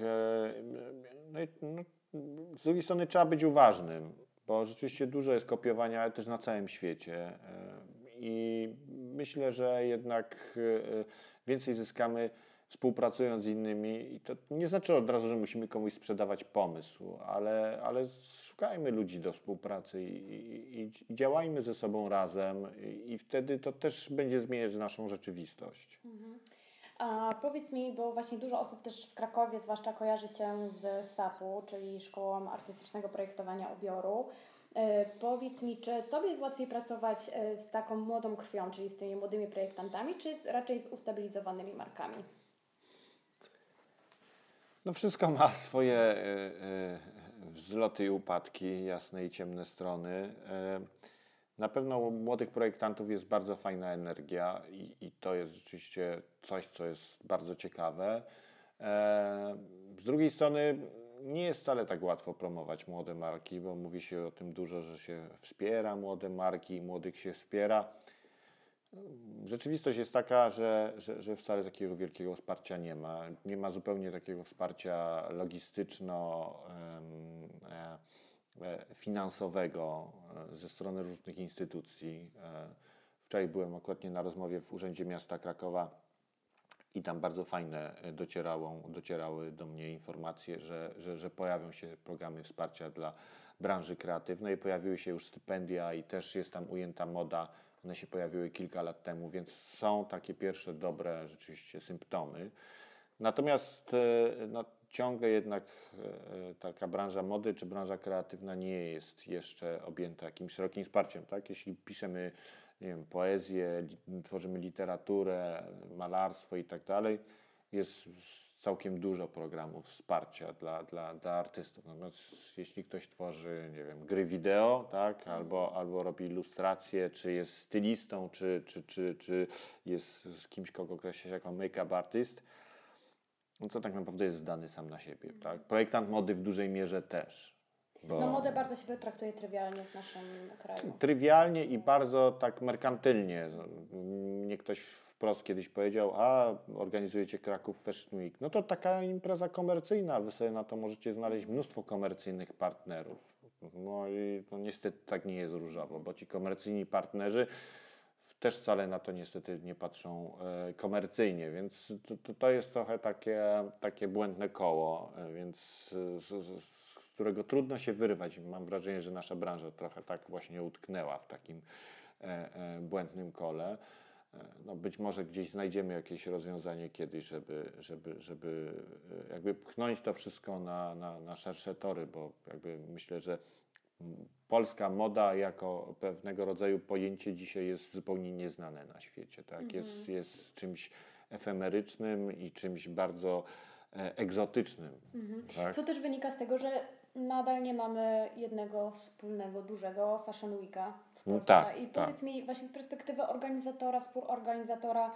Z drugiej strony trzeba być uważnym, bo rzeczywiście dużo jest kopiowania, ale też na całym świecie. I myślę, że jednak więcej zyskamy współpracując z innymi. I to nie znaczy od razu, że musimy komuś sprzedawać pomysł, ale szukajmy ludzi do współpracy i działajmy ze sobą razem i wtedy to też będzie zmieniać naszą rzeczywistość. Mhm. A powiedz mi, bo właśnie dużo osób też w Krakowie zwłaszcza kojarzy Cię z SAP-u, czyli Szkołą Artystycznego Projektowania Ubioru. Powiedz mi, czy Tobie jest łatwiej pracować z taką młodą krwią, czyli z tymi młodymi projektantami, czy raczej z ustabilizowanymi markami? No wszystko ma swoje wzloty i upadki, jasne i ciemne strony. Na pewno u młodych projektantów jest bardzo fajna energia i to jest rzeczywiście coś, co jest bardzo ciekawe. Z drugiej strony nie jest wcale tak łatwo promować młode marki, bo mówi się o tym dużo, że się wspiera młode marki i młodych się wspiera. Rzeczywistość jest taka, że wcale takiego wielkiego wsparcia nie ma. Nie ma zupełnie takiego wsparcia finansowego ze strony różnych instytucji. Wczoraj byłem akurat na rozmowie w Urzędzie Miasta Krakowa i tam bardzo fajne docierały do mnie informacje, że pojawią się programy wsparcia dla branży kreatywnej, pojawiły się już stypendia i też jest tam ujęta moda. One się pojawiły kilka lat temu, więc są takie pierwsze dobre rzeczywiście symptomy. Natomiast ciągle jednak taka branża mody czy branża kreatywna nie jest jeszcze objęta jakimś szerokim wsparciem. Tak? Jeśli piszemy, nie wiem, poezję, tworzymy literaturę, malarstwo i tak dalej, jest całkiem dużo programów wsparcia dla artystów. Natomiast jeśli ktoś tworzy, nie wiem, gry wideo, tak, albo robi ilustracje, czy jest stylistą, czy jest kimś, kogo określa się jako make-up artist, no to tak naprawdę jest zdany sam na siebie. Tak? Projektant mody w dużej mierze też. No modę bardzo się traktuje trywialnie w naszym kraju. Trywialnie i bardzo tak merkantylnie. Mnie ktoś wprost kiedyś powiedział, organizujecie Kraków Fashion Week. No to taka impreza komercyjna, wy sobie na to możecie znaleźć mnóstwo komercyjnych partnerów. No i to niestety tak nie jest różowo, bo ci komercyjni partnerzy też wcale na to niestety nie patrzą komercyjnie, więc to jest trochę takie błędne koło, więc z którego trudno się wyrwać. Mam wrażenie, że nasza branża trochę tak właśnie utknęła w takim błędnym kole. No być może gdzieś znajdziemy jakieś rozwiązanie kiedyś, żeby jakby pchnąć to wszystko na szersze tory, bo jakby myślę, że polska moda jako pewnego rodzaju pojęcie dzisiaj jest zupełnie nieznane na świecie. Tak? Jest czymś efemerycznym i czymś bardzo egzotycznym. Tak? Co też wynika z tego, że nadal nie mamy jednego wspólnego, dużego Fashion Weeka w Polsce. I powiedz mi właśnie z perspektywy organizatora, współorganizatora,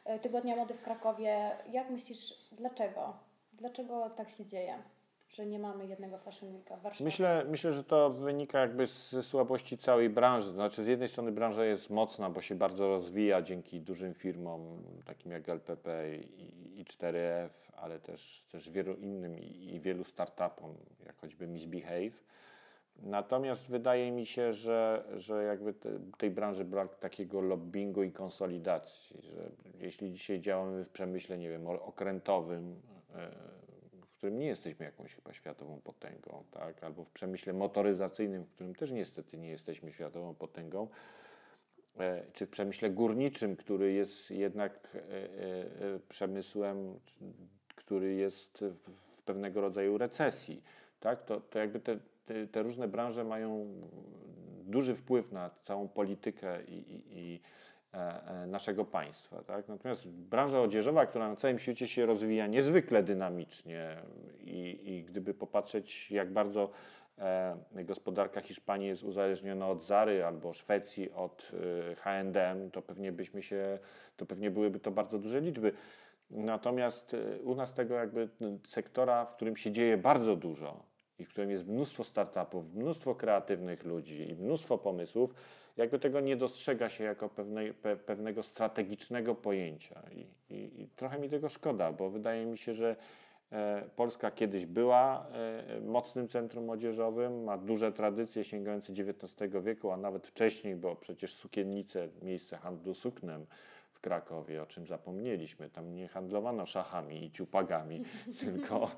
Tygodnia Mody w Krakowie. Jak myślisz, dlaczego? Dlaczego tak się dzieje, że nie mamy jednego Fashion Weeka w Warszawie? Myślę, że to wynika jakby ze słabości całej branży. Znaczy z jednej strony branża jest mocna, bo się bardzo rozwija dzięki dużym firmom, takim jak LPP i 4F, ale też wielu innym i wielu startupom, jak choćby Misbehave. Natomiast wydaje mi się, że jakby tej branży brak takiego lobbingu i konsolidacji, że jeśli dzisiaj działamy w przemyśle, nie wiem, okrętowym, w którym nie jesteśmy jakąś chyba światową potęgą, tak? Albo w przemyśle motoryzacyjnym, w którym też niestety nie jesteśmy światową potęgą, czy w przemyśle górniczym, który jest jednak przemysłem, który jest w pewnego rodzaju recesji, tak? To jakby te różne branże mają duży wpływ na całą politykę i naszego państwa. Tak? Natomiast branża odzieżowa, która na całym świecie się rozwija niezwykle dynamicznie i gdyby popatrzeć, jak bardzo gospodarka Hiszpanii jest uzależniona od Zary albo Szwecji od H&M, to pewnie byłyby to bardzo duże liczby. Natomiast u nas tego jakby sektora, w którym się dzieje bardzo dużo i w którym jest mnóstwo startupów, mnóstwo kreatywnych ludzi i mnóstwo pomysłów, jakby tego nie dostrzega się jako pewnego strategicznego pojęcia. I trochę mi tego szkoda, bo wydaje mi się, że Polska kiedyś była mocnym centrum odzieżowym, ma duże tradycje sięgające XIX wieku, a nawet wcześniej, bo przecież Sukiennice, miejsce handlu suknem w Krakowie, o czym zapomnieliśmy. Tam nie handlowano szachami i ciupagami, tylko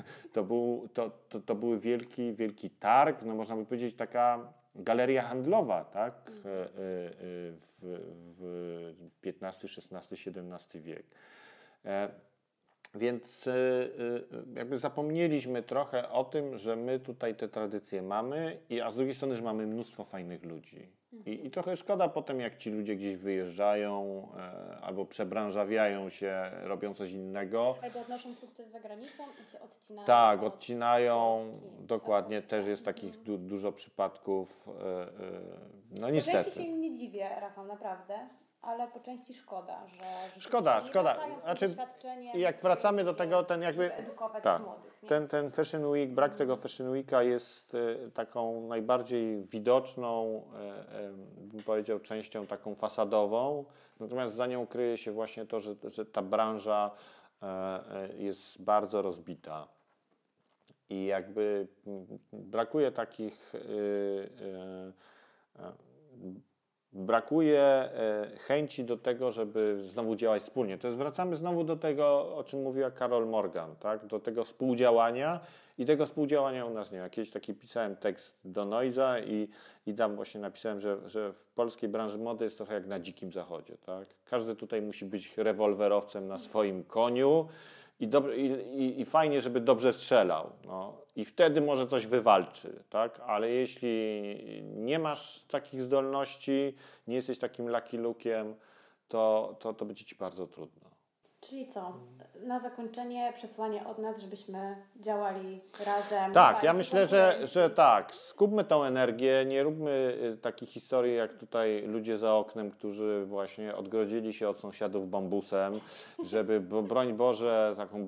to był wielki targ, no można by powiedzieć taka galeria handlowa, tak? W XV, XVI, XVII wiek. Więc jakby zapomnieliśmy trochę o tym, że my tutaj te tradycje mamy, a z drugiej strony, że mamy mnóstwo fajnych ludzi. I trochę szkoda potem, jak ci ludzie gdzieś wyjeżdżają albo przebranżawiają się, robią coś innego. Albo odnoszą sukces za granicą i się odcinają. Tak, odcinają. Dokładnie, też jest takich dużo przypadków. No niestety. Po części się im nie dziwię, Rafał, naprawdę. Ale po części szkoda, że szkoda. Znaczy, jak wracamy do tego, ten jakby edukować młodych. Ten Fashion Week, brak tego Fashion Weeka jest taką najbardziej widoczną, bym powiedział, częścią taką fasadową. Natomiast za nią kryje się właśnie to, że ta branża jest bardzo rozbita. I jakby brakuje takich brakuje chęci do tego, żeby znowu działać wspólnie. To jest, wracamy znowu do tego, o czym mówiła Carol Morgan, tak? Do tego współdziałania i tego współdziałania u nas nie ma. Kiedyś taki pisałem tekst do Noiza i tam właśnie napisałem, że w polskiej branży mody jest trochę jak na dzikim zachodzie. Tak? Każdy tutaj musi być rewolwerowcem na swoim koniu i fajnie, żeby dobrze strzelał. No. I wtedy może coś wywalczy, tak? Ale jeśli nie masz takich zdolności, nie jesteś takim lucky lookiem, to będzie ci bardzo trudno. Czyli co? Na zakończenie przesłanie od nas, żebyśmy działali razem. Tak, ja myślę, że tak. Skupmy tą energię, nie róbmy takich historii jak tutaj ludzie za oknem, którzy właśnie odgrodzili się od sąsiadów bambusem, żeby, broń Boże, taką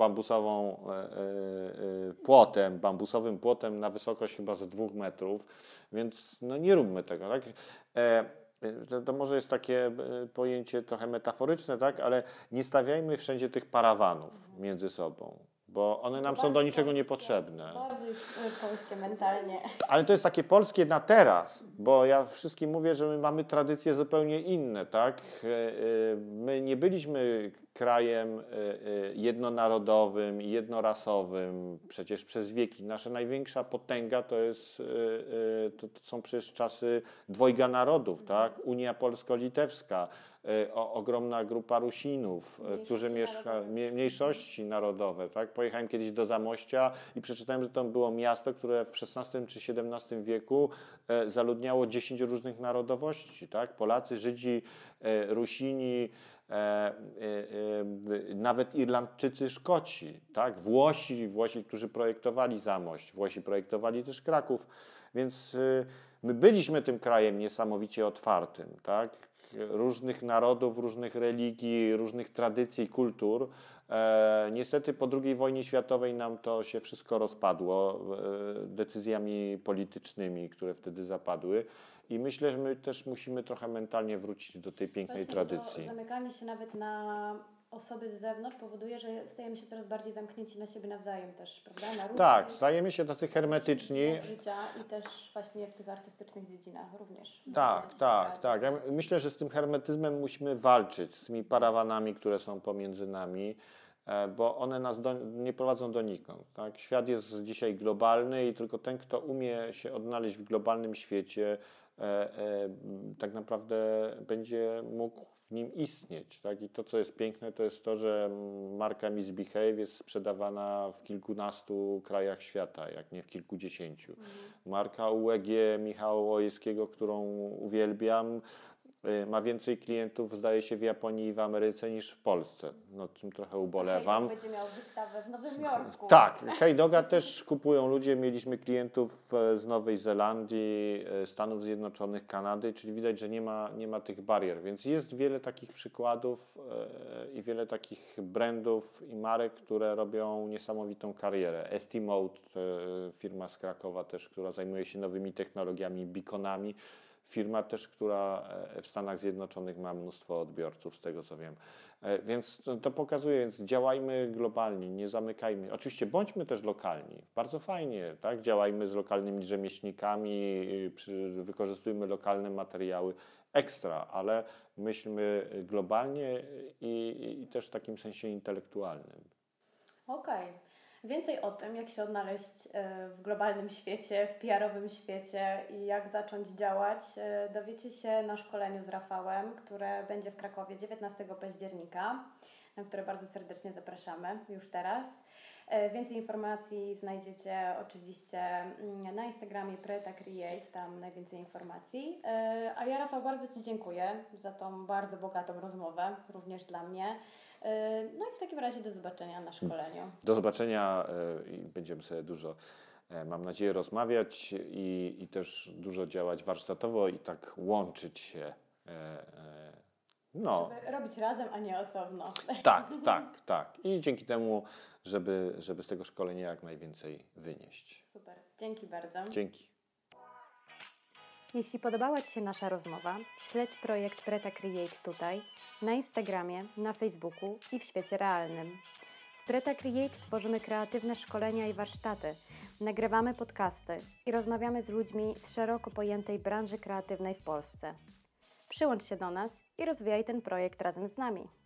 bambusowym płotem na wysokość chyba ze 2 metrów, więc no nie róbmy tego, tak? To może jest takie pojęcie trochę metaforyczne, tak? Ale nie stawiajmy wszędzie tych parawanów między sobą, bo one nam są do niczego niepotrzebne. Bardzo już polskie mentalnie. Ale to jest takie polskie na teraz, bo ja wszystkim mówię, że my mamy tradycje zupełnie inne, tak? My nie byliśmy krajem jednonarodowym, jednorasowym przecież przez wieki. Nasza największa potęga to są przecież czasy dwojga narodów, tak? Unia Polsko-Litewska, ogromna grupa Rusinów, którzy mniejszości narodowe, tak? Pojechałem kiedyś do Zamościa i przeczytałem, że to było miasto, które w XVI czy XVII wieku zaludniało 10 różnych narodowości, tak? Polacy, Żydzi, Rusini, nawet Irlandczycy, Szkoci, tak? Włosi, którzy projektowali Zamość, Włosi projektowali też Kraków, więc my byliśmy tym krajem niesamowicie otwartym, tak? różnych narodów, różnych religii, różnych tradycji, kultur. Niestety po II wojnie światowej nam to się wszystko rozpadło decyzjami politycznymi, które wtedy zapadły. I myślę, że my też musimy trochę mentalnie wrócić do tej pięknej tradycji. To zamykanie się nawet na osoby z zewnątrz powoduje, że stajemy się coraz bardziej zamknięci na siebie nawzajem też, prawda? Na różne Tak, stajemy się tacy hermetyczni. Życia i też właśnie w tych artystycznych dziedzinach również. Tak. Ja myślę, że z tym hermetyzmem musimy walczyć, z tymi parawanami, które są pomiędzy nami, bo one nas nie prowadzą donikąd. Tak? Świat jest dzisiaj globalny i tylko ten, kto umie się odnaleźć w globalnym świecie, tak naprawdę będzie mógł w nim istnieć. Tak? I to, co jest piękne, to jest to, że marka Miss Behave jest sprzedawana w kilkunastu krajach świata, jak nie w kilkudziesięciu. Marka UEG Michała Łojewskiego, którą uwielbiam, ma więcej klientów, zdaje się, w Japonii i w Ameryce niż w Polsce, nad czym trochę ubolewam. Będzie miał wystawę w Nowym Jorku. Tak, Heydoga też kupują ludzie. Mieliśmy klientów z Nowej Zelandii, Stanów Zjednoczonych, Kanady, czyli widać, że nie ma tych barier. Więc jest wiele takich przykładów i wiele takich brandów i marek, które robią niesamowitą karierę. Estimate, firma z Krakowa też, która zajmuje się nowymi technologiami, beaconami. Firma też, która w Stanach Zjednoczonych ma mnóstwo odbiorców, z tego co wiem. Więc to pokazuje, więc działajmy globalnie, nie zamykajmy. Oczywiście bądźmy też lokalni. Bardzo fajnie, tak? Działajmy z lokalnymi rzemieślnikami, wykorzystujmy lokalne materiały. Ekstra, ale myślmy globalnie i też w takim sensie intelektualnym. Okej. Więcej o tym, jak się odnaleźć w globalnym świecie, w PR-owym świecie i jak zacząć działać, dowiecie się na szkoleniu z Rafałem, które będzie w Krakowie 19 października, na które bardzo serdecznie zapraszamy już teraz. Więcej informacji znajdziecie oczywiście na Instagramie Preta Create, tam najwięcej informacji. A ja, Rafał, bardzo Ci dziękuję za tą bardzo bogatą rozmowę, również dla mnie. No i w takim razie do zobaczenia na szkoleniu. Do zobaczenia i będziemy sobie dużo, mam nadzieję, rozmawiać i też dużo działać warsztatowo i tak łączyć się. Żeby robić razem, a nie osobno. Tak. I dzięki temu, żeby z tego szkolenia jak najwięcej wynieść. Super. Dzięki bardzo. Dzięki. Jeśli podobała Ci się nasza rozmowa, śledź projekt Preta Create tutaj, na Instagramie, na Facebooku i w świecie realnym. W Preta Create tworzymy kreatywne szkolenia i warsztaty, nagrywamy podcasty i rozmawiamy z ludźmi z szeroko pojętej branży kreatywnej w Polsce. Przyłącz się do nas i rozwijaj ten projekt razem z nami.